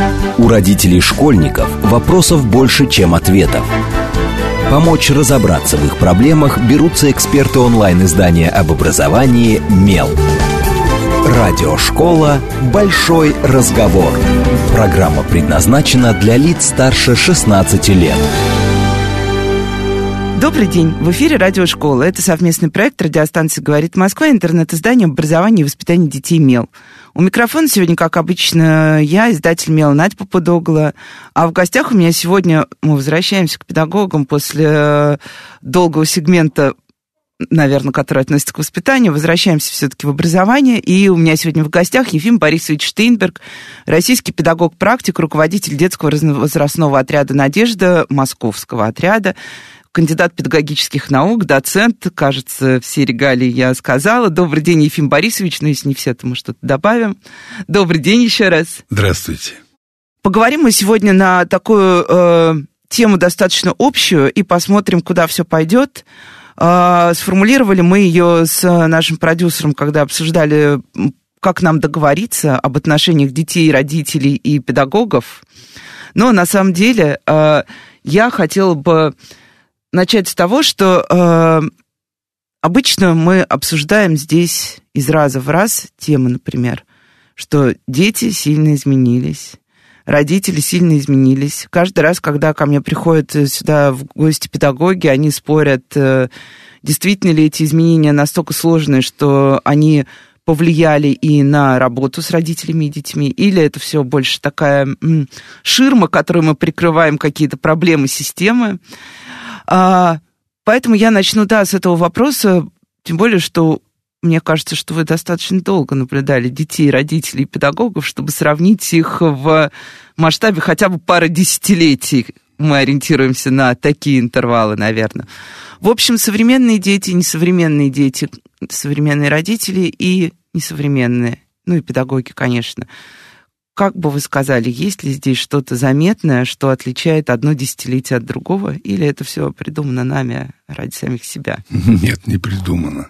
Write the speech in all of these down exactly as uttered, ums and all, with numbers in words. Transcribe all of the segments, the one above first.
У родителей школьников вопросов больше, чем ответов. Помочь разобраться в их проблемах берутся эксперты онлайн-издания об образовании «Мел». Радиошкола «Большой разговор». Программа предназначена для лиц старше шестнадцати лет. Добрый день. В эфире «Радиошкола». Это совместный проект радиостанции «Говорит Москва» и интернет-издание об образовании и воспитании детей «Мел». У микрофона сегодня, как обычно, я, издатель «Мел» Надя Попудогла. А в гостях у меня сегодня мы возвращаемся к педагогам после долгого сегмента, наверное, который относится к воспитанию. Возвращаемся все-таки в образование. И у меня сегодня в гостях Ефим Борисович Штейнберг, российский педагог-практик, руководитель детского возрастного отряда «Надежда», московского отряда, кандидат педагогических наук, доцент, кажется, все регалии я сказала. Добрый день, Ефим Борисович, ну, если не все, то мы что-то добавим. Добрый день еще раз. Здравствуйте. Поговорим мы сегодня на такую э, тему достаточно общую и посмотрим, куда все пойдет. Э, сформулировали мы ее с нашим продюсером, когда обсуждали, как нам договориться об отношениях детей, родителей и педагогов. Но на самом деле э, я хотела бы начать с того, что э, обычно мы обсуждаем здесь из раза в раз темы, например, что дети сильно изменились, родители сильно изменились. Каждый раз, когда ко мне приходят сюда в гости педагоги, они спорят, э, действительно ли эти изменения настолько сложные, что они повлияли и на работу с родителями и детьми, или это все больше такая м, ширма, которой мы прикрываем какие-то проблемы системы. А, поэтому я начну, да, с этого вопроса, тем более, что мне кажется, что вы достаточно долго наблюдали детей, родителей и педагогов, чтобы сравнить их в масштабе хотя бы пары десятилетий. Мы ориентируемся на такие интервалы, наверное. В общем, современные дети, несовременные дети, современные родители и несовременные, ну и педагоги, конечно. Как бы вы сказали, есть ли здесь что-то заметное, что отличает одно десятилетие от другого, или это все придумано нами ради самих себя? Нет, не придумано.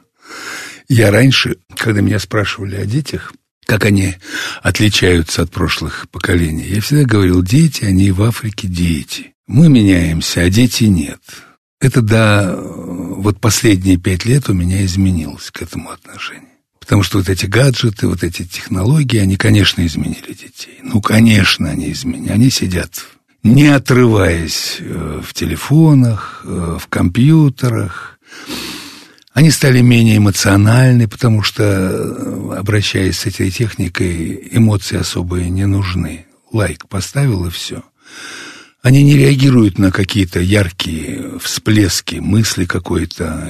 Я раньше, когда меня спрашивали о детях, как они отличаются от прошлых поколений, я всегда говорил: дети, они в Африке дети. Мы меняемся, а дети нет. Это, да, вот последние пять лет у меня изменилось к этому отношение. Потому что вот эти гаджеты, вот эти технологии, они, конечно, изменили детей. Ну, конечно, они изменили. Они сидят, не отрываясь, в телефонах, в компьютерах. Они стали менее эмоциональны, потому что, обращаясь с этой техникой, эмоции особые не нужны. Лайк поставил, и все. Они не реагируют на какие-то яркие всплески мысли какой-то,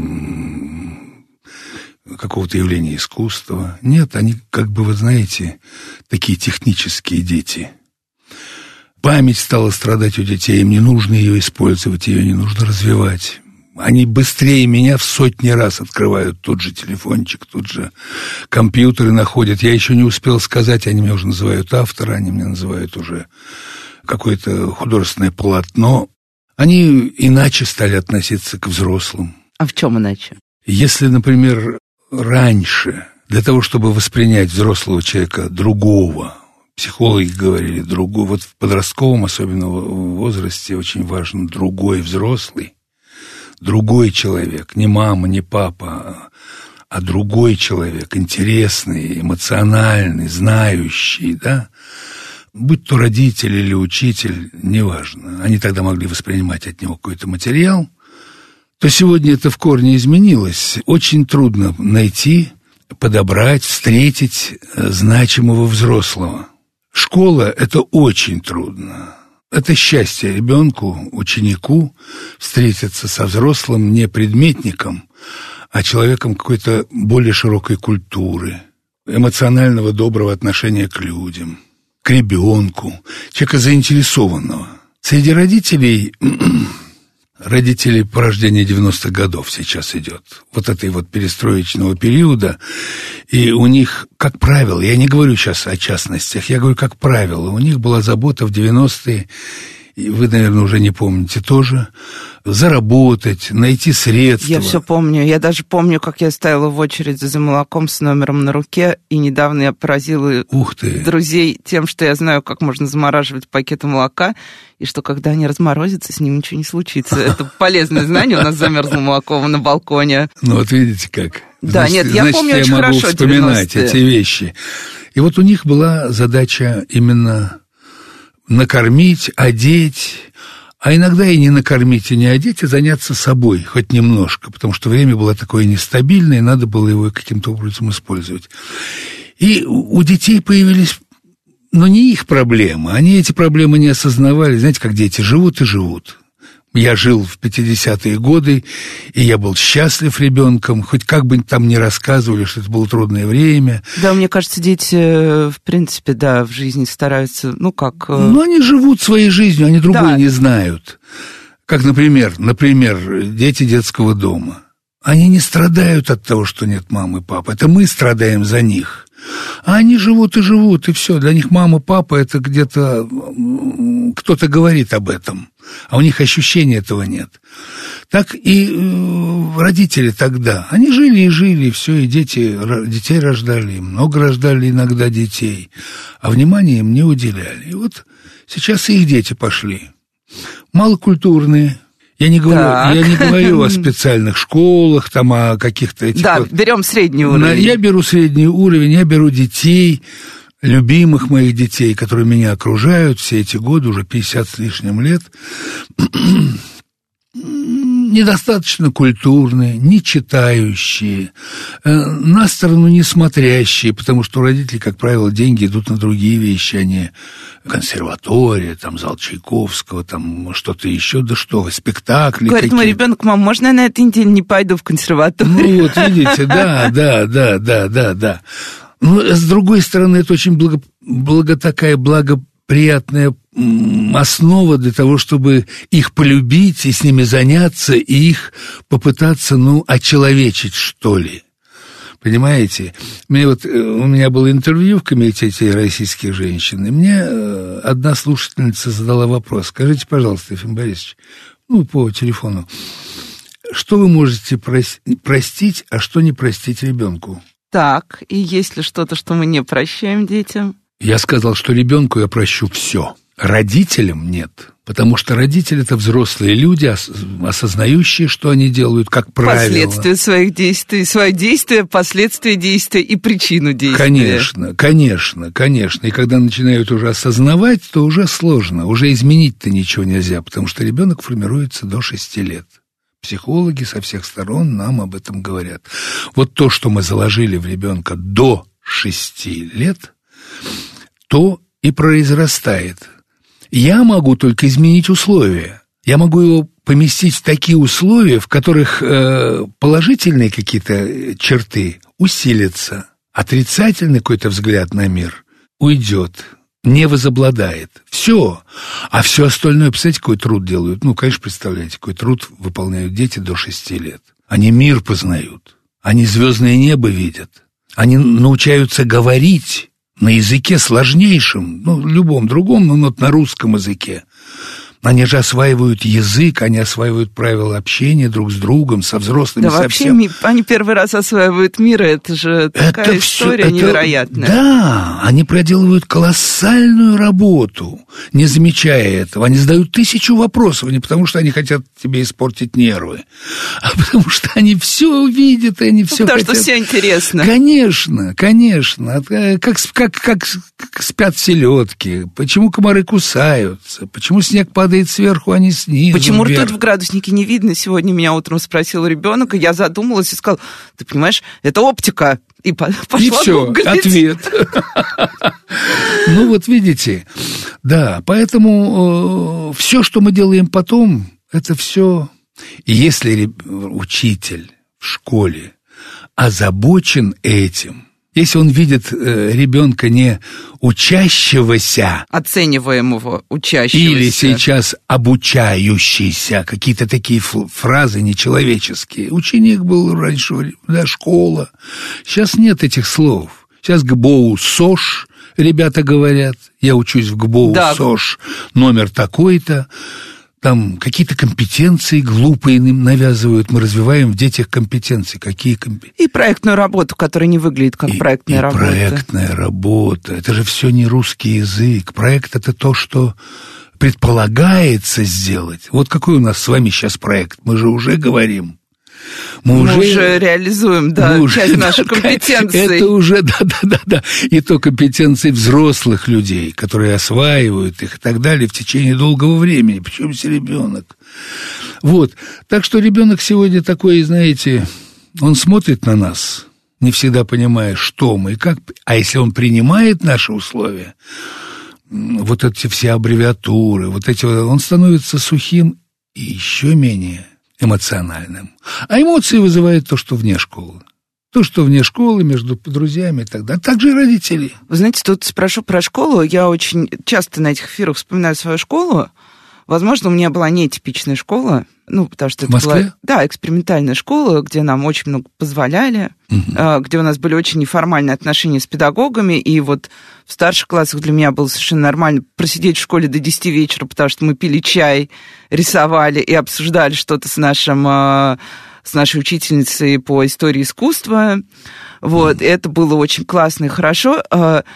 какого-то явления искусства. Нет, они, как бы, вы знаете, такие технические дети. Память стала страдать у детей, им не нужно ее использовать, ее не нужно развивать. Они быстрее меня в сотни раз открывают тот же телефончик, тот же компьютер и находят. Я еще не успел сказать, они меня уже называют автора, они меня называют уже какое-то художественное полотно. Они иначе стали относиться к взрослым. А в чем иначе? Если, например, раньше для того, чтобы воспринять взрослого человека другого, психологи говорили другого, вот в подростковом особенно возрасте очень важен другой взрослый, другой человек, не мама, не папа, а другой человек, интересный, эмоциональный, знающий, да, будь то родитель или учитель, неважно, они тогда могли воспринимать от него какой-то материал, то сегодня это в корне изменилось. Очень трудно найти, подобрать, встретить значимого взрослого. Школа – это очень трудно. Это счастье ребенку, ученику встретиться со взрослым не предметником, а человеком какой-то более широкой культуры, эмоционального доброго отношения к людям, к ребенку, человека заинтересованного. Среди родителей... Родители по рождению девяностых годов сейчас идет, вот этой вот перестроечного периода, и у них, как правило, я не говорю сейчас о частностях, я говорю, как правило, у них была забота в девяностые и вы, наверное, уже не помните тоже, заработать, найти средства. Я все помню. Я даже помню, как я стояла в очереди за молоком с номером на руке, и недавно я поразила Ух ты. друзей тем, что я знаю, как можно замораживать пакеты молока, и что когда они разморозятся, с ним ничего не случится. Это полезное знание. У нас замерзло молоко на балконе. Ну вот видите как. Да, значит, нет, я значит, помню я очень могу хорошо вспоминать девяностые. эти вещи. И вот у них была задача именно накормить, одеть, а иногда и не накормить, и не одеть, а заняться собой хоть немножко, потому что время было такое нестабильное, и надо было его каким-то образом использовать. И у детей появились, но не их проблемы, они эти проблемы не осознавали. Знаете, как дети живут и живут. Я жил в пятидесятые годы, и я был счастлив ребенком, хоть как бы там ни рассказывали, что это было трудное время. Да, мне кажется, дети, в принципе, да, в жизни стараются, ну, как... Но они живут своей жизнью, они другой да. не знают. Как, например, например, дети детского дома. Они не страдают от того, что нет мамы и папы. Это мы страдаем за них. А они живут и живут, и все. Для них мама, папа, это где-то кто-то говорит об этом, а у них ощущения этого нет. Так и э, родители тогда, они жили и жили, и все, и дети, детей рождали, и много рождали иногда детей, а внимания им не уделяли. И вот сейчас и их дети пошли. Малокультурные. Я не говорю, я не говорю о специальных школах, там, о каких-то этих... Да, вот... берем средний уровень. Я беру средний уровень, я беру детей, любимых моих детей, которые меня окружают все эти годы, уже пятьдесят с лишним лет, недостаточно культурные, не читающие, на сторону не смотрящие, потому что у родителей, как правило, деньги идут на другие вещи, а не консерватория, там, зал Чайковского, там, что-то еще, да что, спектакли Говорит какие-то. Мой ребенок: мам, можно я на этой неделе не пойду в консерваторию? Ну, вот видите, да, да, да, да, да, да. Но, с другой стороны, это очень благо, благо такая благоприятная основа для того, чтобы их полюбить и с ними заняться, и их попытаться, ну, очеловечить, что ли. Понимаете? Мне вот, у меня было интервью в комитете российских женщин, и мне одна слушательница задала вопрос. Скажите, пожалуйста, Ефим Борисович, ну, по телефону, что вы можете простить, а что не простить ребенку? Так, и есть ли что-то, что мы не прощаем детям? Я сказал, что ребенку я прощу все. Родителям нет. Потому что родители – это взрослые люди, осознающие, что они делают, как правило. Последствия своих действий, свои действия, последствия действия и причину действия. Конечно, конечно, конечно. И когда начинают уже осознавать, то уже сложно. Уже изменить-то ничего нельзя, потому что ребенок формируется до шести лет. Психологи со всех сторон нам об этом говорят. Вот то, что мы заложили в ребенка до шести лет, то и произрастает. Я могу только изменить условия. Я могу его поместить в такие условия, в которых э, положительные какие-то черты усилятся, отрицательный какой-то взгляд на мир уйдет, не возобладает. Все. А все остальное, представляете, какой труд делают? Ну, конечно, представляете, какой труд выполняют дети до шести лет. Они мир познают, они звездное небо видят, они научаются говорить на языке сложнейшем, ну, любом другом, но вот на русском языке. Они же осваивают язык, они осваивают правила общения друг с другом, со взрослыми, да, со вообще, всем. Ми, они первый раз осваивают мир, это же такая это история все, невероятная. Это, да, они проделывают колоссальную работу, не замечая этого. Они задают тысячу вопросов, не потому что они хотят тебе испортить нервы, а потому что они все видят, и они все потому хотят. Потому что все интересно. Конечно, конечно. Как, как, как спят селедки, почему комары кусаются, почему снег падает сверху, а не снизу. Почему вверх. ртуть в градуснике не видно? Сегодня меня утром спросил ребенок, и я задумалась и сказала: ты понимаешь, это оптика. И пошла и все, гуглить. ответ. Ну вот видите, да, поэтому все, что мы делаем потом, это все. И если учитель в школе озабочен этим, если он видит э, ребенка не учащегося, оцениваемого учащегося, или сейчас обучающийся, какие-то такие фразы нечеловеческие. Ученик был раньше, да, школа. Сейчас нет этих слов. Сейчас ГБОУ, СОЖ, ребята говорят. Я учусь в ГБОУ да. СОЖ, номер такой-то. Там какие-то компетенции глупые им навязывают. Мы развиваем в детях компетенции. Какие компетенции? И проектную работу, которая не выглядит как и, проектная и работа. проектная работа. Это же все не русский язык. Проект — это то, что предполагается сделать. Вот какой у нас с вами сейчас проект? Мы же уже говорим. Мы, мы уже, уже реализуем, да, уже, часть наших да, компетенций. Это уже, да-да-да, и то компетенции взрослых людей, которые осваивают их и так далее в течение долгого времени, причем если ребенок. Вот, так что ребенок сегодня такой, знаете, он смотрит на нас, не всегда понимая, что мы и как, а если он принимает наши условия, вот эти все аббревиатуры, вот эти, он становится сухим и еще менее эмоциональным. А эмоции вызывает то, что вне школы. То, что вне школы, между друзьями и так далее. Также и родители. Вы знаете, тут спрошу про школу. Я очень часто на этих эфирах вспоминаю свою школу. Возможно, у меня была нетипичная школа. Ну, потому что в это Москве? была, да, экспериментальная школа, где нам очень много позволяли, угу. где у нас были очень неформальные отношения с педагогами, и вот в старших классах для меня было совершенно нормально просидеть в школе до десяти вечера, потому что мы пили чай, рисовали и обсуждали что-то с нашим, с нашей учительницей по истории искусства. Вот, угу. Это было очень классно и хорошо.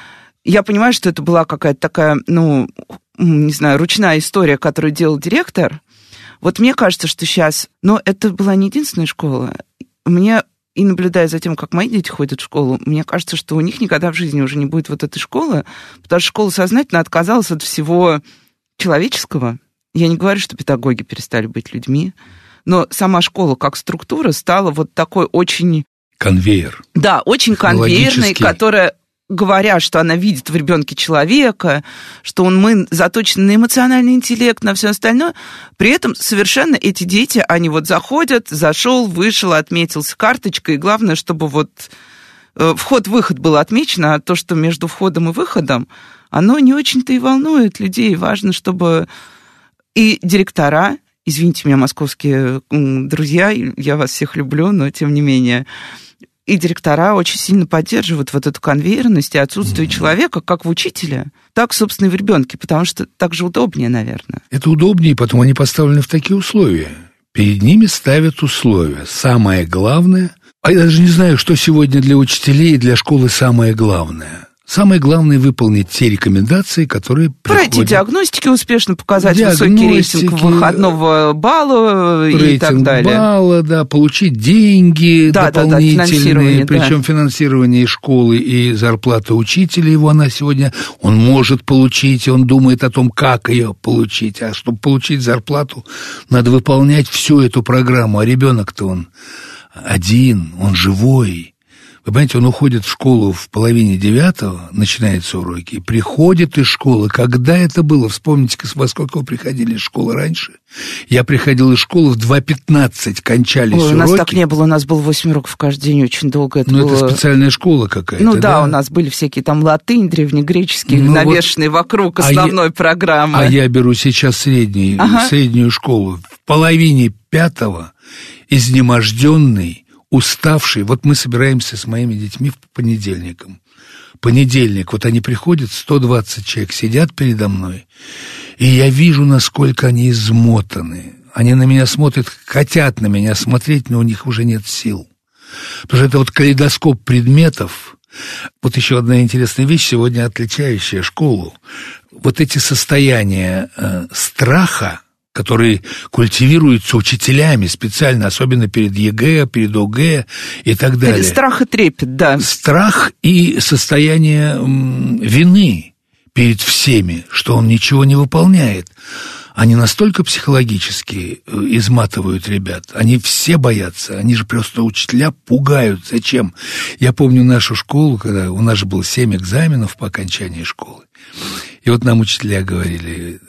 Я понимаю, что это была какая-то такая, ну, не знаю, ручная история, которую делал директор. Вот мне кажется, что сейчас... Но это была не единственная школа. Мне, и наблюдая за тем, как мои дети ходят в школу, мне кажется, что у них никогда в жизни уже не будет вот этой школы, потому что школа сознательно отказалась от всего человеческого. Я не говорю, что педагоги перестали быть людьми, но сама школа как структура стала вот такой очень... Конвейер. Да, очень конвейерной, которая... говоря, что она видит в ребенке человека, что он, мы заточены на эмоциональный интеллект, на все остальное. При этом совершенно эти дети, они вот заходят, зашел, вышел, отметился карточкой, и главное, чтобы вот э, вход-выход был отмечен, а то, что между входом и выходом, оно не очень-то и волнует людей. Важно, чтобы и директора, извините меня, московские друзья, я вас всех люблю, но тем не менее... И директора очень сильно поддерживают вот эту конвейерность и отсутствие mm-hmm. человека как в учителе, так, собственно, и в ребенке, потому что так же удобнее, наверное. Это удобнее, потом они поставлены в такие условия. Перед ними ставят условия. Самое главное... А я даже не знаю, что сегодня для учителей и для школы самое главное. Самое главное — выполнить те рекомендации, которые приходят. Пройти диагностики успешно, показать высокий рейтинг выходного балла и так далее. Рейтинг балла, да, получить деньги да, дополнительные, да, да, финансирование, причем да. финансирование и школы, и зарплата учителя его она сегодня, он может получить, он думает о том, как ее получить. А чтобы получить зарплату, надо выполнять всю эту программу. А ребенок-то он один, он живой. Вы понимаете, он уходит в школу в половине девятого, начинаются уроки, и приходит из школы. Когда это было? Вспомните, во сколько вы приходили из школы раньше? Я приходил из школы в два пятнадцать, кончались Ой, уроки. У нас так не было, у нас было восемь уроков каждый день, очень долго это Ну, было. это специальная школа какая-то, Ну да, да, у нас были всякие там латынь, древнегреческие, ну, навешанные вот вокруг основной а программы. Я, а я беру сейчас средний, ага. среднюю школу. В половине пятого изнеможденный, уставший, вот мы собираемся с моими детьми по понедельникам. Понедельник, вот они приходят, сто двадцать человек сидят передо мной, и я вижу, насколько они измотаны. Они на меня смотрят, хотят на меня смотреть, но у них уже нет сил. Потому что это вот калейдоскоп предметов. Вот еще одна интересная вещь, сегодня отличающая школу. Вот эти состояния э, страха, которые культивируются учителями специально, особенно перед ЕГЭ, перед ОГЭ и так далее. Страх и трепет, да. Страх и состояние м, вины перед всеми, что он ничего не выполняет. Они настолько психологически изматывают ребят, они все боятся, они же просто учителя пугают. Зачем? Я помню нашу школу, когда у нас же было семь экзаменов по окончании школы. И вот нам учителя говорили,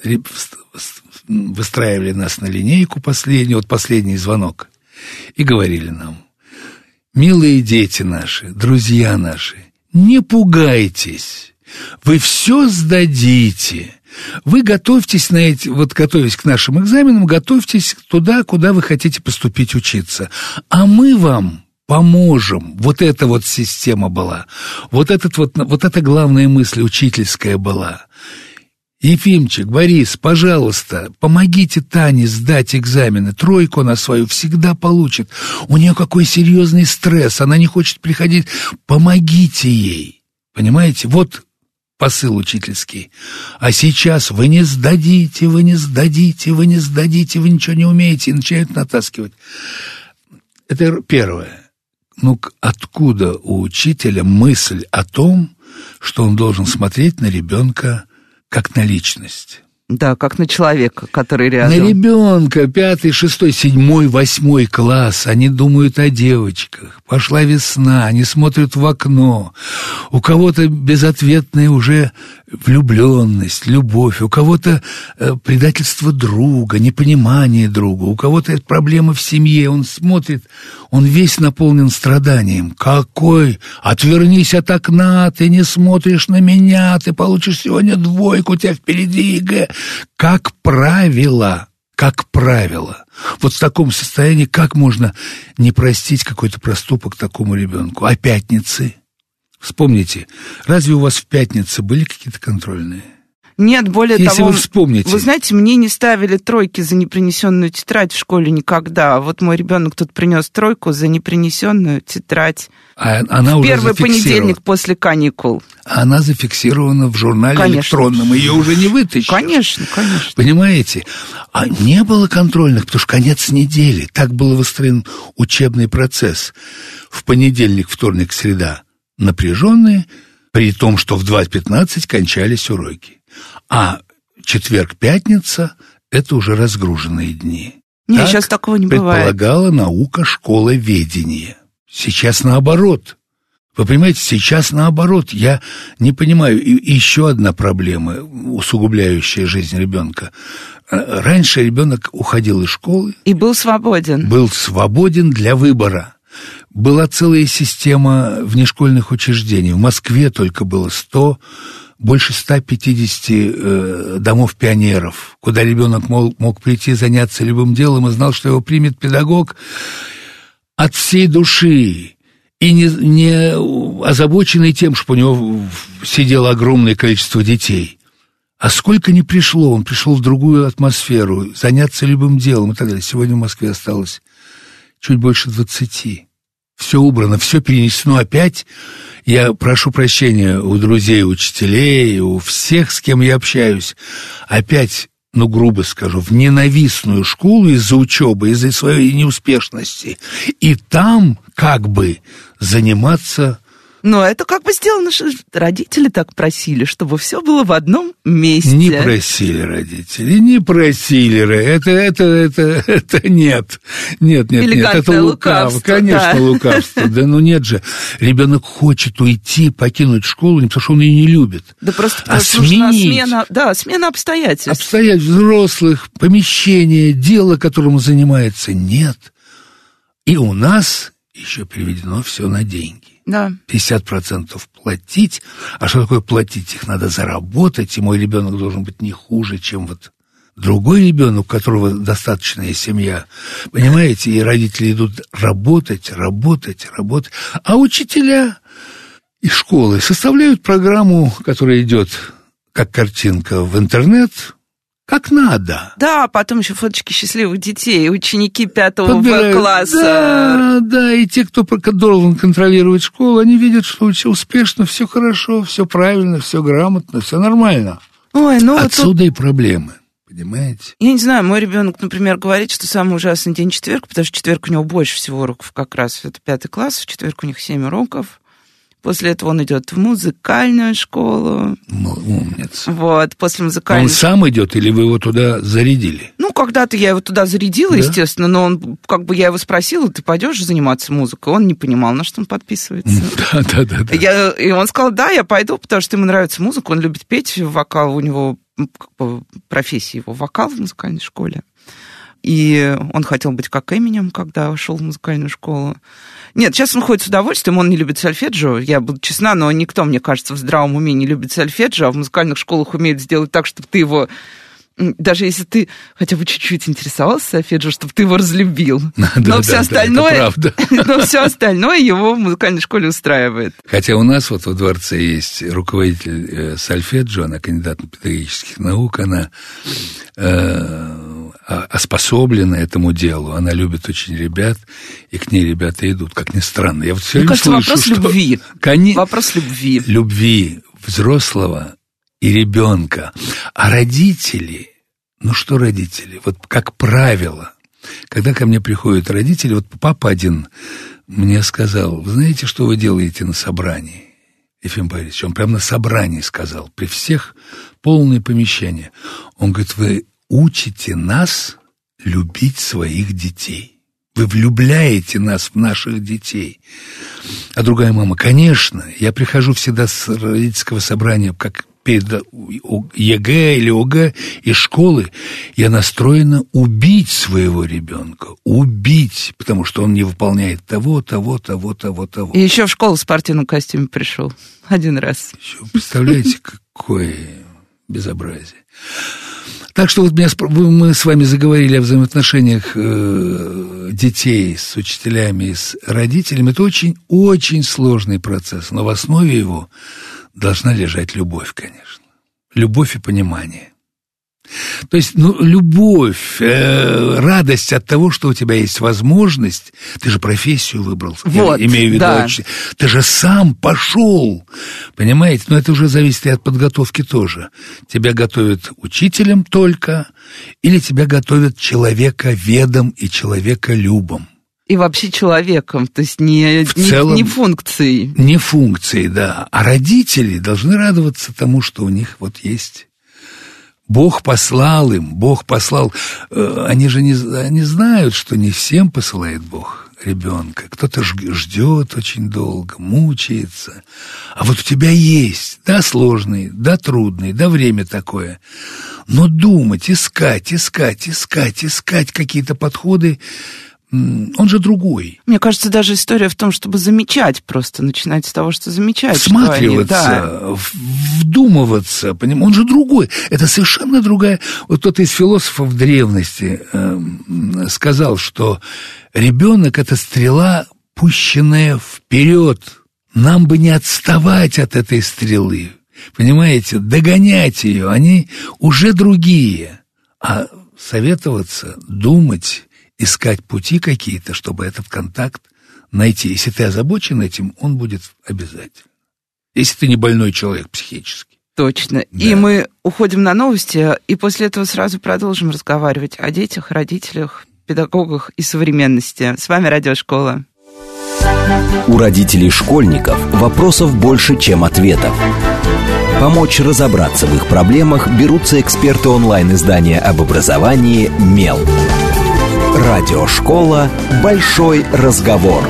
выстраивали нас на линейку последнюю, вот последний звонок, и говорили нам: милые дети наши, друзья наши, не пугайтесь, вы все сдадите. Вы готовьтесь на эти, вот готовясь к нашим экзаменам, готовьтесь туда, куда вы хотите поступить учиться. А мы вам поможем. Вот эта вот система была. Вот, этот вот, вот эта главная мысль учительская была. Ефимчик, Борис, пожалуйста, помогите Тане сдать экзамены. Тройку она свою всегда получит. У нее какой серьезный стресс, она не хочет приходить. Помогите ей. Понимаете? Вот посыл учительский. А сейчас вы не сдадите, вы не сдадите, вы не сдадите, вы ничего не умеете. И начинают натаскивать. Это первое. Ну, откуда у учителя мысль о том, что он должен смотреть на ребенка как на личность? Да, как на человека, который рядом. На ребенка, пятый, шестой, седьмой, восьмой класс. Они думают о девочках. Пошла весна, они смотрят в окно. У кого-то безответная уже влюбленность, любовь. У кого-то э, предательство друга, непонимание друга. У кого-то это проблема в семье. Он смотрит, он весь наполнен страданием. Какой? Отвернись от окна, ты не смотришь на меня, ты получишь сегодня двойку, у тебя впереди ЕГЭ. Как правило, как правило, вот в таком состоянии как можно не простить какой-то проступок такому ребенку? А пятницы? Вспомните, разве у вас в пятнице были какие-то контрольные? Нет, более Если того, вы вспомните. Вы знаете, мне не ставили тройки за непринесенную тетрадь в школе никогда. Вот мой ребенок тут принес тройку за непринесенную тетрадь. А она в уже первый понедельник после каникул. Она зафиксирована в журнале конечно. электронном, ее уже не вытащишь. Конечно, конечно. Понимаете? А не было контрольных, потому что конец недели. Так был выстроен учебный процесс. В понедельник, вторник, среда напряженные, при том, что в два пятнадцать кончались уроки. А четверг-пятница – это уже разгруженные дни. Нет, так сейчас такого не бывает. Предполагала наука школоведения. Сейчас наоборот. Вы понимаете, сейчас наоборот. Я не понимаю. И еще одна проблема, усугубляющая жизнь ребенка. Раньше ребенок уходил из школы. И был свободен. Был свободен для выбора. Была целая система внешкольных учреждений. В Москве только было сто... больше ста пятидесяти э, домов пионеров, куда ребенок мог, мог прийти заняться любым делом и знал, что его примет педагог от всей души и не, не озабоченный тем, что у него сидело огромное количество детей. А сколько не пришло, он пришел в другую атмосферу, заняться любым делом и так далее. Сегодня в Москве осталось чуть больше двадцати. Все убрано, все перенесено опять. Я прошу прощения у друзей, учителей, у всех, с кем я общаюсь. Опять, ну, грубо скажу, в ненавистную школу из-за учебы, из-за своей неуспешности. И там как бы заниматься... Но это как бы сделано, что родители так просили, чтобы все было в одном месте. Не просили родители, не просили. Это, это, это, это нет. Нет, нет, нет, это лукавство. Конечно, да. лукавство. Да ну нет же. Ребенок хочет уйти, покинуть школу, не потому что он ее не любит. Да просто а нужна смена, да, смена обстоятельств. Обстоятельств взрослых, помещения, дело, которым он занимается, нет. И у нас еще переведено все на деньги. Да. пятьдесят процентов платить. А что такое платить? Их надо заработать, и мой ребенок должен быть не хуже, чем вот другой ребенок, у которого достаточная семья. Понимаете? И родители идут работать, работать, работать. А учителя и школы составляют программу, которая идет как картинка в интернет, как надо. Да, потом еще фоточки счастливых детей, ученики пятого класса. Да, да, и те, кто должен контролировать школу, они видят, что все успешно, все хорошо, все правильно, все грамотно, все нормально. Ой, ну отсюда тут... и проблемы, понимаете? Я не знаю, мой ребенок, например, говорит, что самый ужасный день четверг, потому что в четверг у него больше всего уроков как раз, это пятый класс, в четверг у них семь уроков. После этого он идет в музыкальную школу. Умница. Вот, после музыкальной... Он сам идет или вы его туда зарядили? Ну, когда-то я его туда зарядила, да? естественно, но он, как бы я его спросила, ты пойдешь заниматься музыкой? Он не понимал, на что он подписывается. Да, да, да. да. Я, и он сказал, да, я пойду, потому что ему нравится музыка, он любит петь, вокал, у него, как бы, профессия его вокал в музыкальной школе. И он хотел быть как Эминем, когда шел в музыкальную школу. Нет, сейчас он ходит с удовольствием, он не любит сольфеджио, я буду честна, но никто, мне кажется, в здравом уме не любит сольфеджио, а в музыкальных школах умеет сделать так, чтобы ты его даже если ты хотя бы чуть-чуть интересовался сольфеджио, чтобы ты его разлюбил. Да, но, да, все да, остальное, но все остальное его в музыкальной школе устраивает. Хотя у нас вот во дворце есть руководитель сольфеджио, она кандидат педагогических наук, она э, оспособлена этому делу, она любит очень ребят, и к ней ребята идут, как ни странно. Я вот все время слышу, вопрос что... любви. Кони... Вопрос любви. Любви взрослого и ребенка. А родители, ну что родители? Вот как правило, когда ко мне приходят родители, вот папа один мне сказал: вы знаете, что вы делаете на собрании? Ефим Борисович, он прямо на собрании сказал, при всех полное помещение. Он говорит: вы учите нас любить своих детей. Вы влюбляете нас в наших детей. А другая мама: конечно, я прихожу всегда с родительского собрания, как перед ЕГЭ или ОГЭ из школы, я настроена убить своего ребенка. Убить, потому что он не выполняет того, того, того, того, того. И еще в школу в спортивном костюме пришел один раз. Еще, представляете, какое безобразие. Так что вот меня, мы с вами заговорили о взаимоотношениях э, детей с учителями и с родителями. Это очень-очень сложный процесс, но в основе его должна лежать любовь, конечно. Любовь и понимание. То есть, ну, любовь, э, радость от того, что у тебя есть возможность. Ты же профессию выбрал, вот, я имею в виду. да. Ты же сам пошел, понимаете? Но это уже зависит и от подготовки тоже. Тебя готовят учителем только, или тебя готовят человековедом и человеколюбом. И вообще человеком, то есть не, в не, целом, не функцией. Не функцией, да. А родители должны радоваться тому, что у них вот есть. Бог послал им, Бог послал. Они же не, они знают, что не всем посылает Бог ребенка. Кто-то ждет очень долго, мучается. А вот у тебя есть, да, сложный, да, трудный, да, время такое. Но думать, искать, искать, искать, искать какие-то подходы, он же другой. Мне кажется, даже история в том, чтобы замечать, просто начинать с того, что замечать. Всматриваться, что они, да. вдумываться, понимаешь? Он же другой. Это совершенно другая. Вот кто-то из философов древности э, сказал, что ребенок — это стрела, пущенная вперед. Нам бы не отставать от этой стрелы, понимаете? Догонять ее. Они уже другие. А советоваться, думать, искать пути какие-то, чтобы этот контакт найти. Если ты озабочен этим, он будет обязательно. Если ты не больной человек психически. Точно. Да. И мы уходим на новости, и после этого сразу продолжим разговаривать о детях, родителях, педагогах и современности. С вами Радиошкола. У родителей школьников вопросов больше, чем ответов. Помочь разобраться в их проблемах берутся эксперты онлайн-издания об образовании «Мел». Радиошкола «Большой разговор».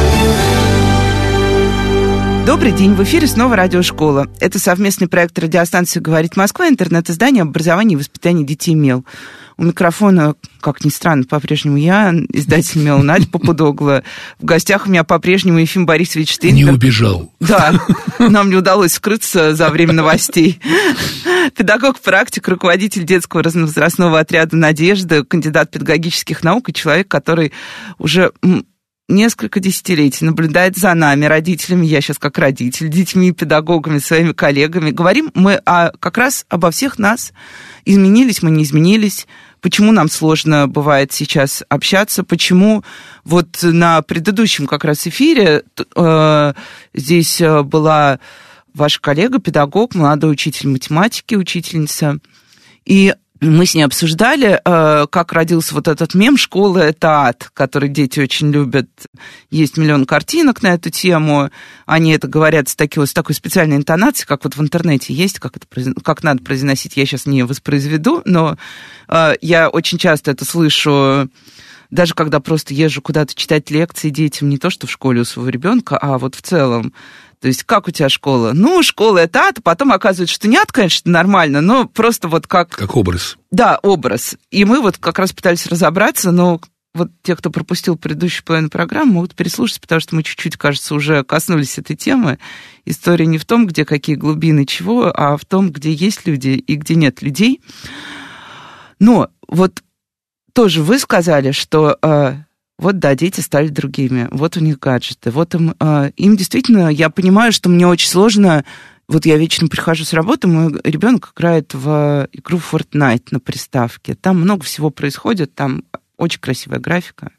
Добрый день, в эфире снова Радиошкола. Это совместный проект радиостанции «Говорит Москва», интернет-издание об образовании и воспитании детей «Мел». У микрофона, как ни странно, по-прежнему я, издатель «Мел», Надя Попудогла. В гостях у меня по-прежнему Ефим Борисович Штейнберг. Не убежал. Да, нам не удалось скрыться за время новостей. Педагог-практик, руководитель детского разновозрастного отряда «Надежда», кандидат педагогических наук и человек, который уже несколько десятилетий наблюдает за нами, родителями, я сейчас как родитель, детьми, педагогами, своими коллегами. Говорим мы о, как раз обо всех нас. Изменились мы, не изменились. Почему нам сложно бывает сейчас общаться? Почему вот на предыдущем как раз эфире э, здесь была ваша коллега, педагог, молодой учитель математики, учительница, и мы с ней обсуждали, как родился вот этот мем «Школа – это ад», который дети очень любят. Есть миллион картинок на эту тему. Они это говорят с такой, с такой специальной интонацией, как вот в интернете есть, как, это, как надо произносить, я сейчас не воспроизведу, но я очень часто это слышу, даже когда просто езжу куда-то читать лекции детям, не то что в школе у своего ребенка, а вот в целом. То есть, как у тебя школа? Ну, школа – это ад, а потом оказывается, что не ад, конечно, нормально, но просто вот как... Как образ. Да, образ. И мы вот как раз пытались разобраться, но вот те, кто пропустил предыдущую половину программы, могут переслушать, потому что мы чуть-чуть, кажется, уже коснулись этой темы. История не в том, где какие глубины чего, а в том, где есть люди и где нет людей. Но вот тоже вы сказали, что э, вот, да, дети стали другими, вот у них гаджеты, вот им, э, им действительно, я понимаю, что мне очень сложно, вот я вечером прихожу с работы, мой ребенок играет в игру Fortnite на приставке, там много всего происходит, там очень красивая графика.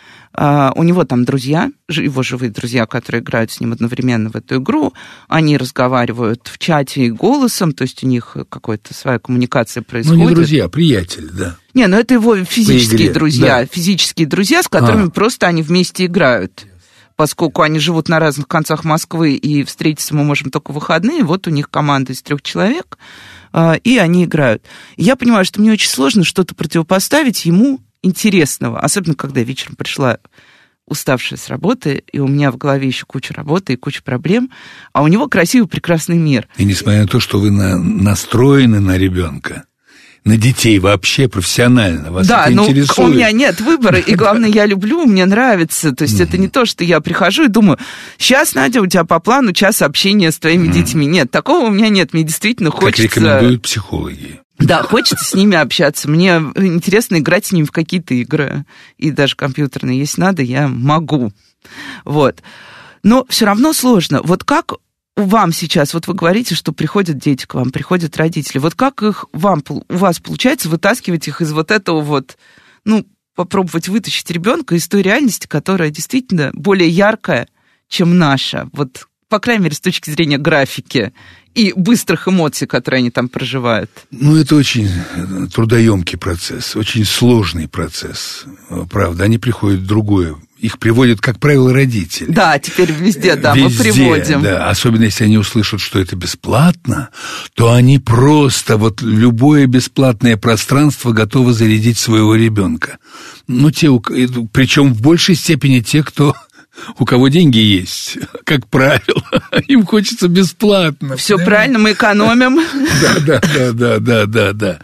Uh, у него там друзья, его живые друзья, которые играют с ним одновременно в эту игру, они разговаривают в чате и голосом, то есть у них какая-то своя коммуникация происходит. Ну, не друзья, а приятели, да. Не, ну это его физические друзья, да. физические друзья, с которыми а. просто они вместе играют. Поскольку они живут на разных концах Москвы, и встретиться мы можем только в выходные, вот у них команда из трех человек, uh, и они играют. И я понимаю, что мне очень сложно что-то противопоставить ему интересного, особенно когда я вечером пришла уставшая с работы, и у меня в голове еще куча работы и куча проблем, а у него красивый, прекрасный мир. И несмотря на то, что вы на, настроены на ребенка, на детей вообще профессионально, вас да, это ну, интересует. У меня нет выбора, и главное, я люблю, мне нравится. То есть это не то, что я прихожу и думаю, сейчас, Надя, у тебя по плану час общения с твоими детьми. Нет, такого у меня нет, мне действительно хочется... Как рекомендуют психологи. Да, хочется с ними общаться. Мне интересно играть с ними в какие-то игры. И даже компьютерные, если надо, я могу. Вот. Но все равно сложно. Вот как вам сейчас, вот вы говорите, что приходят дети к вам, приходят родители. Вот как их вам, у вас получается вытаскивать их из вот этого вот, ну, попробовать вытащить ребенка из той реальности, которая действительно более яркая, чем наша. Вот, по крайней мере, с точки зрения графики и быстрых эмоций, которые они там проживают. Ну, это очень трудоемкий процесс, очень сложный процесс. Правда, они приходят в другое. Их приводят, как правило, родители. Да, теперь везде, да, везде, мы приводим. Да, особенно если они услышат, что это бесплатно, то они просто вот любое бесплатное пространство готовы зарядить своего ребенка. Ну, те, причем в большей степени те, кто... У кого деньги есть, как правило, им хочется бесплатно. Все правильно, мы экономим. Да, да, да, да, да, да, да.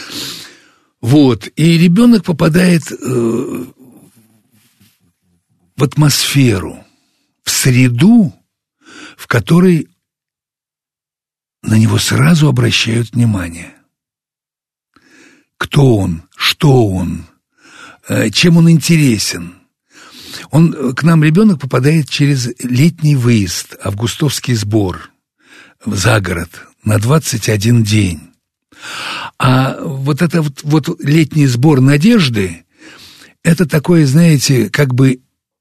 Вот, и ребенок попадает э, в атмосферу, в среду, в которой на него сразу обращают внимание. Кто он, что он, э, чем он интересен. Он, к нам ребенок попадает через летний выезд, августовский сбор за город на двадцать один день. А вот это вот, вот летний сбор надежды, это такое, знаете, как бы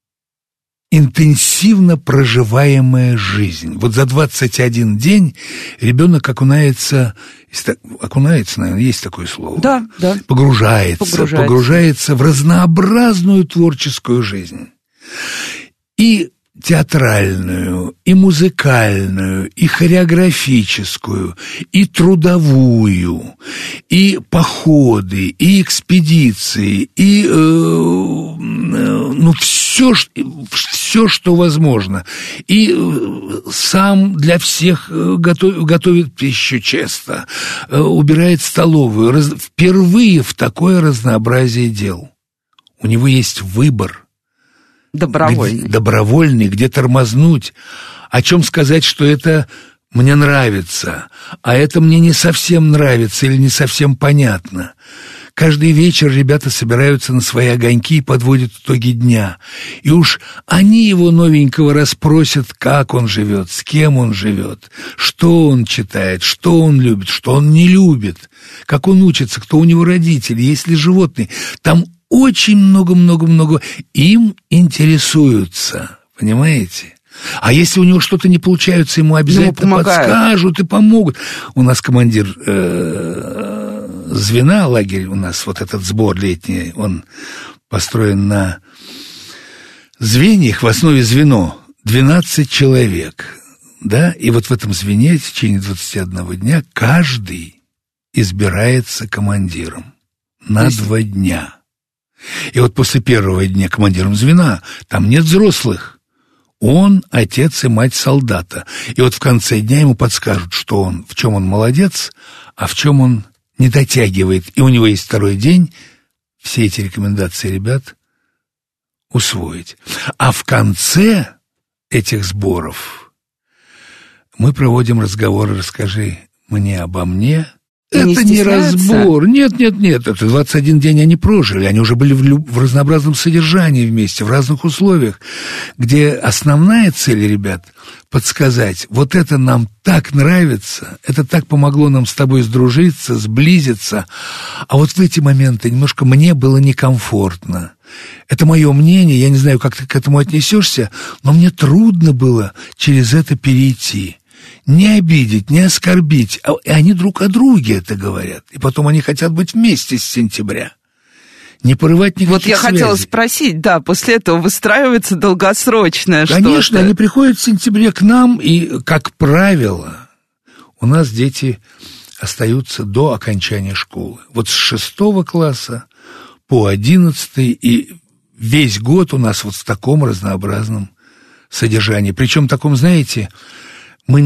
интенсивно проживаемая жизнь. Вот за двадцать один день ребенок окунается, окунается, наверное, есть такое слово? Да, да. Погружается, погружается, погружается в разнообразную творческую жизнь. И театральную, и музыкальную, и хореографическую, и трудовую, и походы, и экспедиции, и э, ну, все, все, что возможно. И э, сам для всех готов, готовит пищу честно, э, убирает столовую. Раз, впервые в такое разнообразие дел. У него есть выбор. Добровольный. Где, добровольный, где тормознуть. О чем сказать, что это мне нравится, а это мне не совсем нравится или не совсем понятно. Каждый вечер ребята собираются на свои огоньки и подводят итоги дня. И уж они его новенького расспросят, как он живет, с кем он живет, что он читает, что он любит, что он не любит, как он учится, кто у него родители, есть ли животные. Там очень много-много-много им интересуются, понимаете? А если у него что-то не получается, ему обязательно подскажут и помогут. У нас командир э, звена, лагерь у нас, вот этот сбор летний, он построен на звеньях, в основе звено двенадцать человек, да, и вот в этом звене в течение двадцати одного дня каждый избирается командиром на два дня. И вот после первого дня командиром звена там нет взрослых. Он отец и мать солдата. И вот в конце дня ему подскажут, что он, в чем он молодец, а в чем он не дотягивает. И у него есть второй день все эти рекомендации ребят усвоить. А в конце этих сборов мы проводим разговоры «Расскажи мне обо мне», Это не, не разбор. Нет, нет, нет. Это двадцать один день они прожили. Они уже были в, люб... в разнообразном содержании вместе, в разных условиях, где основная цель, ребят, подсказать, вот это нам так нравится, это так помогло нам с тобой сдружиться, сблизиться, а вот в эти моменты немножко мне было некомфортно. Это мое мнение, я не знаю, как ты к этому отнесешься, но мне трудно было через это перейти. Не обидеть, не оскорбить. А, и они друг о друге это говорят. И потом они хотят быть вместе с сентября. Не порывать никаких Вот я связей. хотела спросить, да, после этого выстраивается долгосрочное что-то. Конечно, они приходят в сентябре к нам, и, как правило, у нас дети остаются до окончания школы. Вот с шестого класса по одиннадцатый, и весь год у нас вот в таком разнообразном содержании. Причем таком, знаете... Мы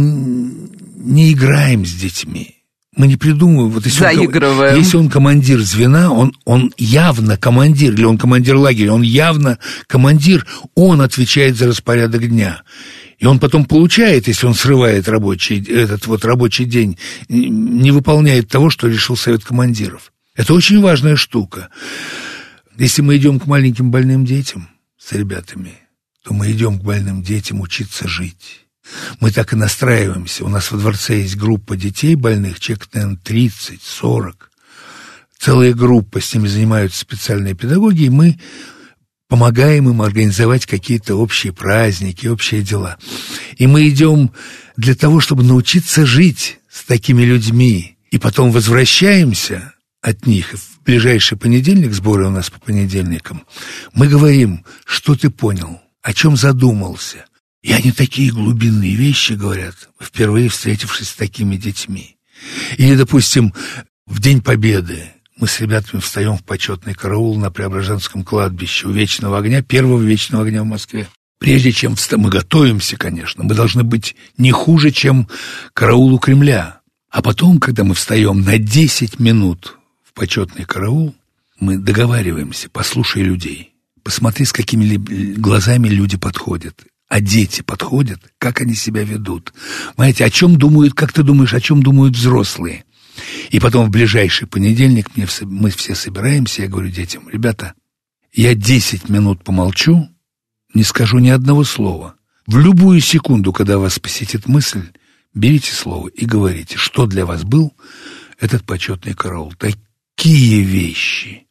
не играем с детьми, мы не придумываем. Вот если Заигрываем. Он, если он командир звена, он, он явно командир, или он командир лагеря, он явно командир, он отвечает за распорядок дня. И он потом получает, если он срывает рабочий, этот вот рабочий день, не выполняет того, что решил совет командиров. Это очень важная штука. Если мы идем к маленьким больным детям с ребятами, то мы идем к больным детям учиться жить. Мы так и настраиваемся. У нас во дворце есть группа детей больных, человек, наверное, тридцать, сорок. Целая группа, с ними занимаются специальные педагоги, и мы помогаем им организовать какие-то общие праздники, общие дела. И мы идем для того, чтобы научиться жить с такими людьми. И потом возвращаемся от них. В ближайший понедельник, сборы у нас по понедельникам, мы говорим, что ты понял, о чем задумался. И они такие глубинные вещи говорят, впервые встретившись с такими детьми. Или, допустим, в День Победы мы с ребятами встаем в почетный караул на Преображенском кладбище у Вечного огня, первого Вечного огня в Москве. Прежде чем встать, мы готовимся, конечно, мы должны быть не хуже, чем караул у Кремля. А потом, когда мы встаем на десять минут в почетный караул, мы договариваемся, послушай людей, посмотри, с какими глазами люди подходят. А дети подходят, как они себя ведут. Понимаете, о чем думают, как ты думаешь, о чем думают взрослые? И потом в ближайший понедельник мне, мы все собираемся, я говорю детям, ребята, я десять минут помолчу, не скажу ни одного слова. В любую секунду, когда вас посетит мысль, берите слово и говорите, что для вас был этот почетный караул. Такие вещи...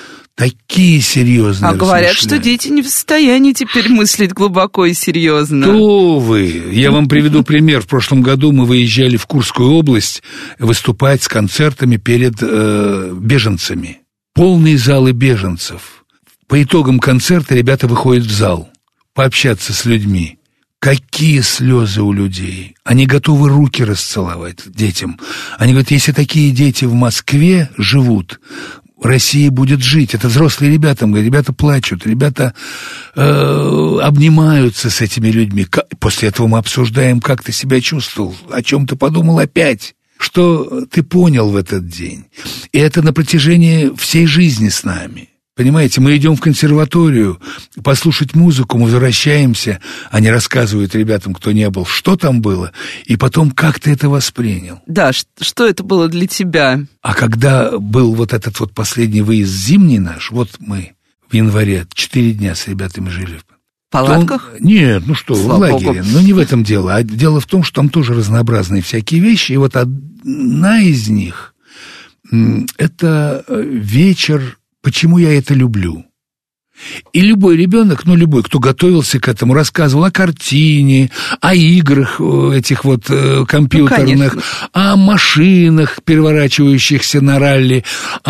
Такие серьезные А говорят, что дети не в состоянии теперь мыслить глубоко и серьезно. Кто вы? Я вам приведу пример. В прошлом году мы выезжали в Курскую область выступать с концертами перед э, беженцами. Полные залы беженцев. По итогам концерта ребята выходят в зал пообщаться с людьми. Какие слезы у людей. Они готовы руки расцеловать детям. Они говорят, если такие дети в Москве живут, Россия будет жить. Это взрослые ребята, ребята плачут, ребята э, обнимаются с этими людьми. После этого мы обсуждаем, как ты себя чувствовал, о чем ты подумал опять, что ты понял в этот день. И это на протяжении всей жизни с нами. Понимаете, мы идем в консерваторию послушать музыку, мы возвращаемся, они рассказывают ребятам, кто не был, что там было, и потом, как ты это воспринял. Да, что это было для тебя? А когда был вот этот вот последний выезд зимний наш, вот мы в январе четыре дня с ребятами жили. В палатках? То, нет, ну что, Слава в лагере. Богу. Но не в этом дело. А дело в том, что там тоже разнообразные всякие вещи. И вот одна из них – это вечер. Почему я это люблю? И любой ребенок, ну любой, кто готовился к этому, рассказывал о картине, о играх этих вот компьютерных, ну, о машинах, переворачивающихся на ралли,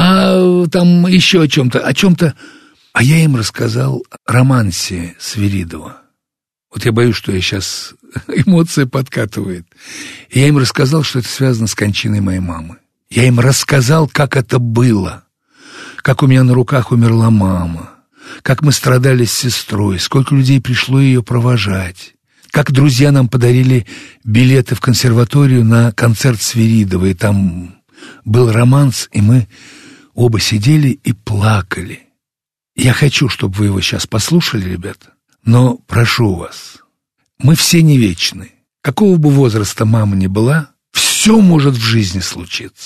о там еще о чем-то, о чем-то. А я им рассказал о романсе Свиридова. Вот я боюсь, что я сейчас эмоция подкатывает. И я им рассказал, что это связано с кончиной моей мамы. Я им рассказал, как это было. Как у меня на руках умерла мама, как мы страдали с сестрой, сколько людей пришло ее провожать, как друзья нам подарили билеты в консерваторию на концерт Свиридова, и там был романс, и мы оба сидели и плакали. Я хочу, чтобы вы его сейчас послушали, ребята, но прошу вас, мы все не вечны. Какого бы возраста мама ни была, все может в жизни случиться.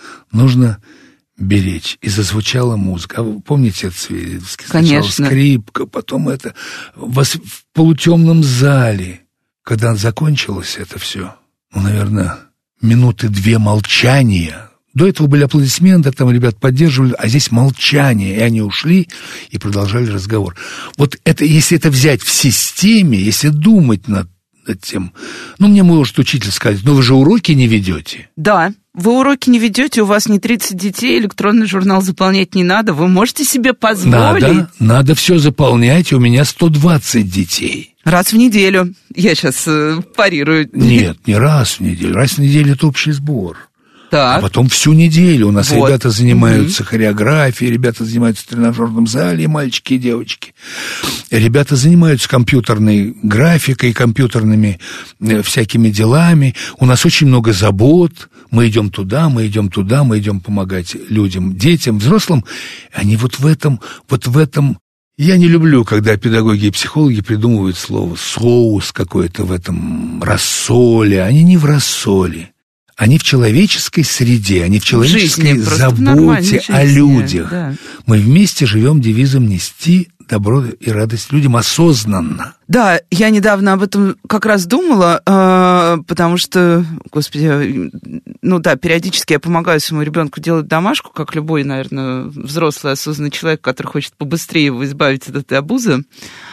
нужно беречь. И зазвучала музыка. А вы помните это Свиридовский? Сначала Конечно. скрипка, потом это в полутемном зале. Когда закончилось это все, ну, наверное, минуты две молчания. До этого были аплодисменты, там ребят поддерживали, а здесь молчание, и они ушли и продолжали разговор. Вот это, если это взять в системе, если думать над, над тем, ну, мне может учитель сказать, ну, вы же уроки не ведете. Да, вы уроки не ведете, у вас не тридцать детей, электронный журнал заполнять не надо, вы можете себе позволить. Надо, надо все заполнять, у меня сто двадцать детей. Раз в неделю. Я сейчас э, парирую. Нет, не раз в неделю. Раз в неделю это общий сбор. Так. А потом всю неделю у нас Вот. ребята занимаются mm-hmm. хореографией, ребята занимаются в тренажерном зале, мальчики и девочки. Ребята занимаются компьютерной графикой, компьютерными э, всякими делами. У нас очень много забот. Мы идем туда, мы идем туда, мы идем помогать людям, детям, взрослым. Они вот в этом, вот в этом... Я не люблю, когда педагоги и психологи придумывают слово «соус» какой-то в этом рассоле. Они не в рассоле. Они в человеческой среде, они в человеческой жизни, заботе о людях. Да. Мы вместе живем девизом «нести добро и радость людям осознанно». Да, я недавно об этом как раз думала, э, потому что, господи, ну да, периодически я помогаю своему ребенку делать домашку, как любой, наверное, взрослый осознанный человек, который хочет побыстрее его избавить от этой обузы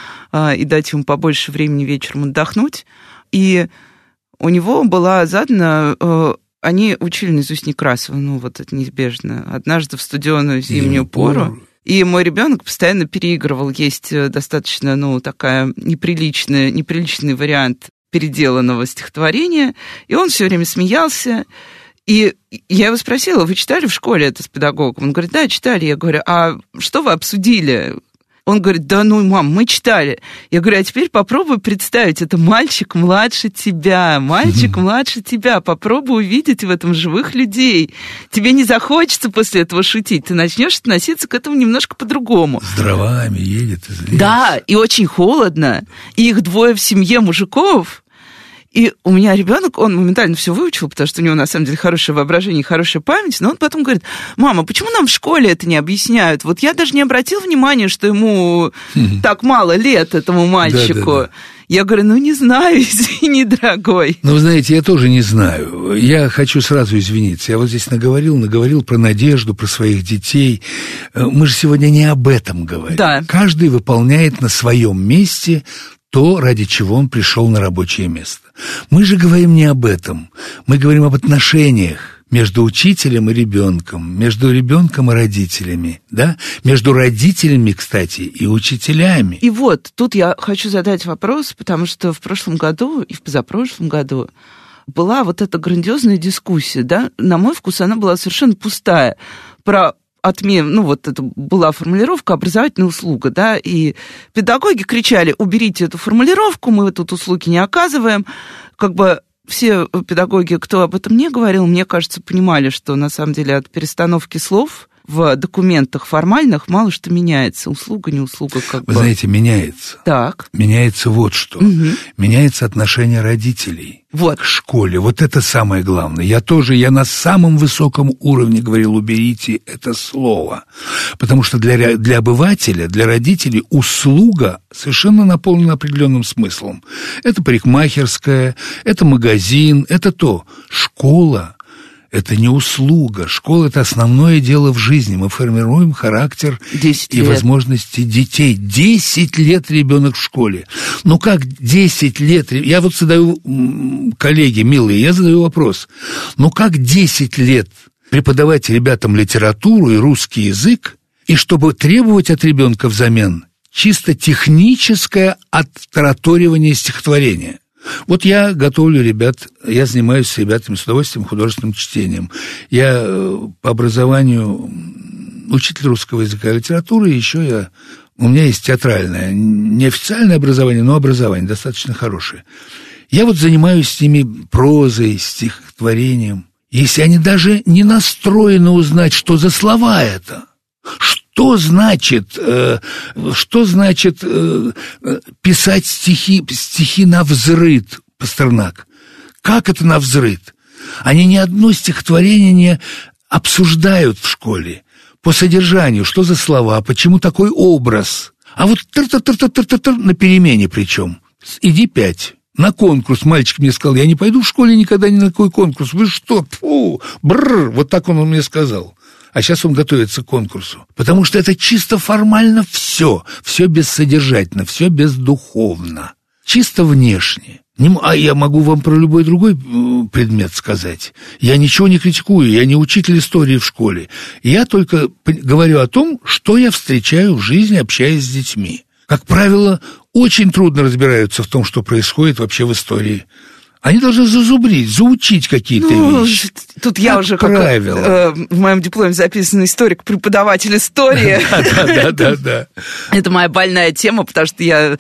э, и дать ему побольше времени вечером отдохнуть. И у него была задана... Э, они учили наизусть Некрасова, ну вот это неизбежно. «Однажды в студеную зимнюю пору». И мой ребенок постоянно переигрывал. Есть достаточно, ну, такая неприличная, неприличный вариант переделанного стихотворения, и он все время смеялся. И я его спросила, вы читали в школе это с педагогом? Он говорит, да, читали. Я говорю, а что вы обсудили? Он говорит, да ну, мам, мы читали. Я говорю, а теперь попробуй представить, это мальчик младше тебя, мальчик mm-hmm. младше тебя. Попробуй увидеть в этом живых людей. Тебе не захочется после этого шутить. Ты начнешь относиться к этому немножко по-другому. С дровами едет из леса. Да, и очень холодно. И их двое в семье мужиков. И у меня ребенок, он моментально все выучил, потому что у него, на самом деле, хорошее воображение и хорошая память, но он потом говорит, мама, почему нам в школе это не объясняют? Вот я даже не обратил внимания, что ему mm-hmm. так мало лет, этому мальчику. Да, да, да. Я говорю, ну, не знаю, извини, дорогой. Ну, вы знаете, я тоже не знаю. Я хочу сразу извиниться. Я вот здесь наговорил, наговорил про надежду, про своих детей. Мы же сегодня не об этом говорим. Да. Каждый выполняет на своем месте то, ради чего он пришел на рабочее место. Мы же говорим не об этом. Мы говорим об отношениях между учителем и ребенком, между ребенком и родителями, да? Между родителями, кстати, и учителями. И вот, тут я хочу задать вопрос, потому что в прошлом году и в позапрошлом году была вот эта грандиозная дискуссия, да? На мой вкус она была совершенно пустая, про отмен, ну вот это была формулировка «образовательная услуга», да, и педагоги кричали, уберите эту формулировку, мы тут услуги не оказываем, как бы все педагоги, кто об этом не говорил, мне кажется, понимали, что на самом деле от перестановки слов в документах формальных мало что меняется. Услуга, не услуга, как бы. Вы знаете, меняется. Так. Меняется вот что. Угу. Меняется отношение родителей вот. К школе. Вот это самое главное. Я тоже, я на самом высоком уровне говорил, уберите это слово. Потому что для, для обывателя, для родителей услуга совершенно наполнена определенным смыслом. Это парикмахерская, это магазин, это то. Школа. Это не услуга. Школа – это основное дело в жизни. Мы формируем характер и возможности детей. Десять лет ребенок в школе. Ну как десять лет? Я вот задаю, коллеги милые, я задаю вопрос. Ну как десять лет преподавать ребятам литературу и русский язык, и чтобы требовать от ребенка взамен чисто техническое оттараторивание стихотворения? Вот я готовлю ребят, я занимаюсь с ребятами с удовольствием художественным чтением. Я по образованию учитель русского языка и литературы, еще я, у меня есть театральное, неофициальное образование, но образование достаточно хорошее. Я вот занимаюсь с ними прозой, стихотворением. Если они даже не настроены узнать, что за слова это, Что значит, э, что значит э, писать стихи, стихи навзрыд, Пастернак? Как это навзрыд? Они ни одно стихотворение не обсуждают в школе по содержанию, что за слова, почему такой образ. А вот тыр-тыр-тыр-тыр-тыр на перемене причем. Иди пять. На конкурс мальчик мне сказал, я не пойду в школе никогда ни на какой конкурс. Вы что? Фу, бррр. Вот так он мне сказал. А сейчас он готовится к конкурсу. Потому что это чисто формально все. Все бессодержательно, все бездуховно. Чисто внешне. А я могу вам про любой другой предмет сказать. Я ничего не критикую, я не учитель истории в школе. Я только говорю о том, что я встречаю в жизни, общаясь с детьми. Как правило, очень трудно разбираются в том, что происходит вообще в истории. Они должны зазубрить, заучить какие-то ну, вещи. Тут я как уже, правило. как э, в моем дипломе записан историк, преподаватель истории. Да-да-да. Это моя больная тема, потому что я...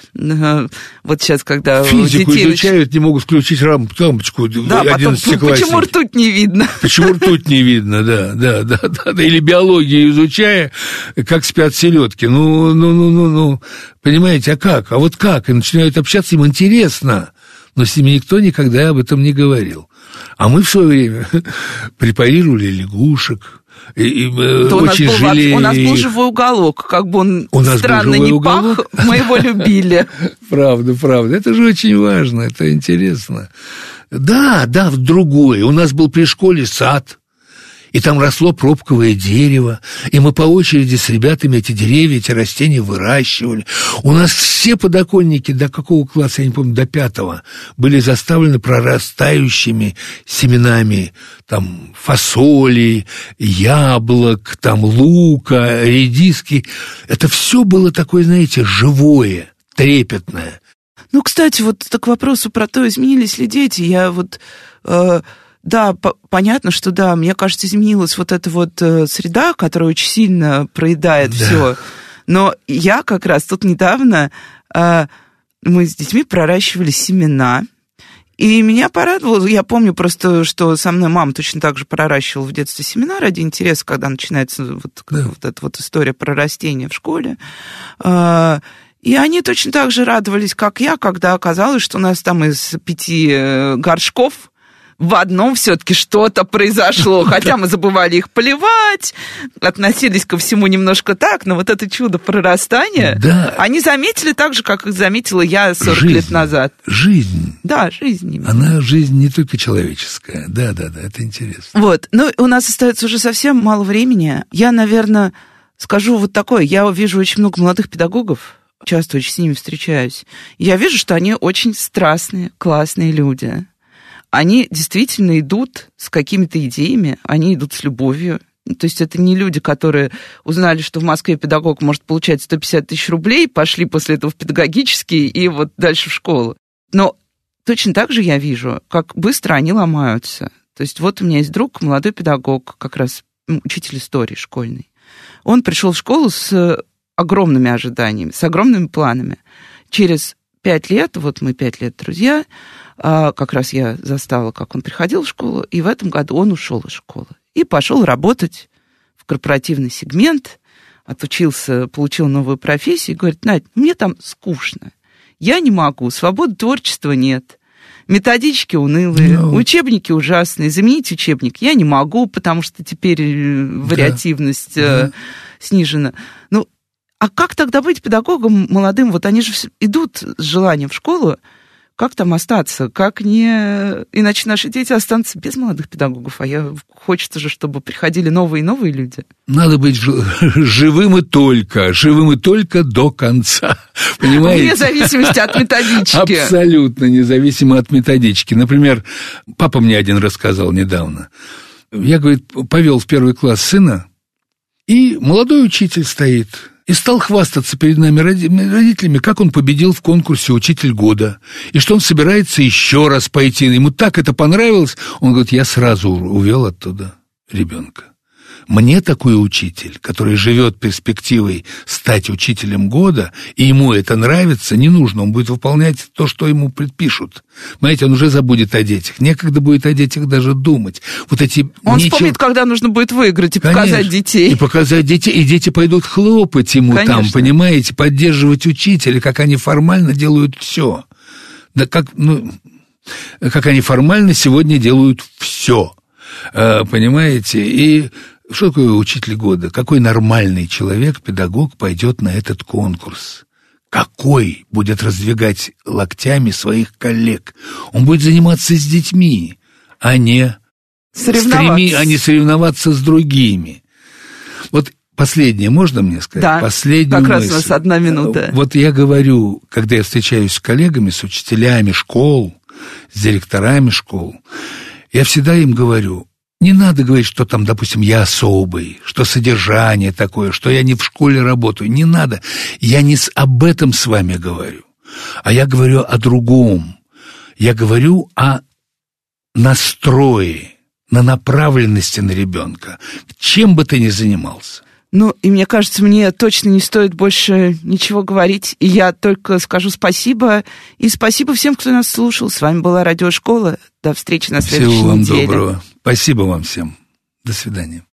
Вот сейчас, когда физику детей... изучают, не могут включить лампочку. Да, потом, почему ртуть не видно? Почему ртуть не видно, да, да, да, да. Или биологию изучая, как спят селедки. Ну, ну, ну, ну, ну, понимаете, а как? А вот как? И начинают общаться, им интересно. Но с ними никто никогда об этом не говорил. А мы в свое время препарировали лягушек. И, и, то очень у, нас был, жалею. У нас был живой уголок, как бы он у странно не уголок. Пах, мы его любили. Правда, правда. Это же очень важно, это интересно. Да, да, в другое. У нас был при школе сад, и там росло пробковое дерево, и мы по очереди с ребятами эти деревья, эти растения выращивали. У нас все подоконники, до какого класса, я не помню, до пятого, были заставлены прорастающими семенами там фасоли, яблок, там лука, редиски. Это все было такое, знаете, живое, трепетное. Ну, кстати, вот к вопросу про то, изменились ли дети, я вот... Э- Да, по- понятно, что да, мне кажется, изменилась вот эта вот э, среда, которая очень сильно проедает да. все. Но я как раз тут недавно, э, мы с детьми проращивали семена, и меня порадовало, я помню просто, что со мной мама точно так же проращивала в детстве семена ради интереса, когда начинается вот, да. вот эта вот история про растения в школе. Э, И они точно так же радовались, как я, когда оказалось, что у нас там из пяти горшков в одном все-таки что-то произошло, хотя мы забывали их поливать, относились ко всему немножко так, но вот это чудо прорастания, да. они заметили так же, как их заметила я сорок жизнь, лет назад. Жизнь. Да, жизнь. Именно. Она жизнь не только человеческая. Да-да-да, это интересно. Вот, ну, у нас остается уже совсем мало времени. Я, наверное, скажу вот такое. Я вижу очень много молодых педагогов, часто очень с ними встречаюсь. Я вижу, что они очень страстные, классные люди. Они действительно идут с какими-то идеями, они идут с любовью. То есть это не люди, которые узнали, что в Москве педагог может получать сто пятьдесят тысяч рублей, пошли после этого в педагогический и вот дальше в школу. Но точно так же я вижу, как быстро они ломаются. То есть вот у меня есть друг, молодой педагог, как раз учитель истории школьный. Он пришел в школу с огромными ожиданиями, с огромными планами. Через пять лет, вот мы пять лет друзья, как раз я застала, как он приходил в школу, и в этом году он ушел из школы. И пошел работать в корпоративный сегмент, отучился, получил новую профессию, и говорит: Надь, мне там скучно, я не могу, свободы творчества нет, методички унылые, no. учебники ужасные, заменить учебник я не могу, потому что теперь вариативность да. снижена. Ну, а как тогда быть педагогом молодым? Вот они же идут с желанием в школу. Как там остаться? Как не... Иначе наши дети останутся без молодых педагогов, а я... хочется же, чтобы приходили новые и новые люди. Надо быть живым и только, живым и только до конца, понимаете? Вне зависимости от методички. Абсолютно независимо от методички. Например, папа мне один рассказал недавно. Я, говорит, повел в первый класс сына, и молодой учитель стоит... И стал хвастаться перед нами родителями, как он победил в конкурсе «Учитель года», и что он собирается еще раз пойти. Ему так это понравилось. Он говорит: я сразу увел оттуда ребенка. Мне такой учитель, который живет перспективой стать учителем года, и ему это нравится, не нужно. Он будет выполнять то, что ему предпишут. Знаете, он уже забудет о детях. Некогда будет о детях даже думать. Вот эти он нечего... вспомнит, когда нужно будет выиграть и Конечно. показать детей. И показать детей. И дети пойдут хлопать ему Конечно. там, понимаете, поддерживать учителя, как они формально делают все. Да как, ну, как они формально сегодня делают все. Понимаете? И что такое учитель года? Какой нормальный человек, педагог, пойдет на этот конкурс? Какой будет раздвигать локтями своих коллег? Он будет заниматься с детьми, а не соревноваться, стреми, а не соревноваться с другими. Вот последнее можно мне сказать? Да, последнюю как раз мысль. У нас одна минута. Вот я говорю, когда я встречаюсь с коллегами, с учителями школ, с директорами школ, я всегда им говорю, не надо говорить, что там, допустим, я особый, что содержание такое, что я не в школе работаю. Не надо. Я не с, об этом с вами говорю, а я говорю о другом. Я говорю о настрое, на направленности на ребенка, чем бы ты ни занимался. Ну, и мне кажется, мне точно не стоит больше ничего говорить. И я только скажу спасибо. И спасибо всем, кто нас слушал. С вами была Радиошкола. До встречи на следующей неделе. Всего вам неделе. доброго. Спасибо вам всем. До свидания.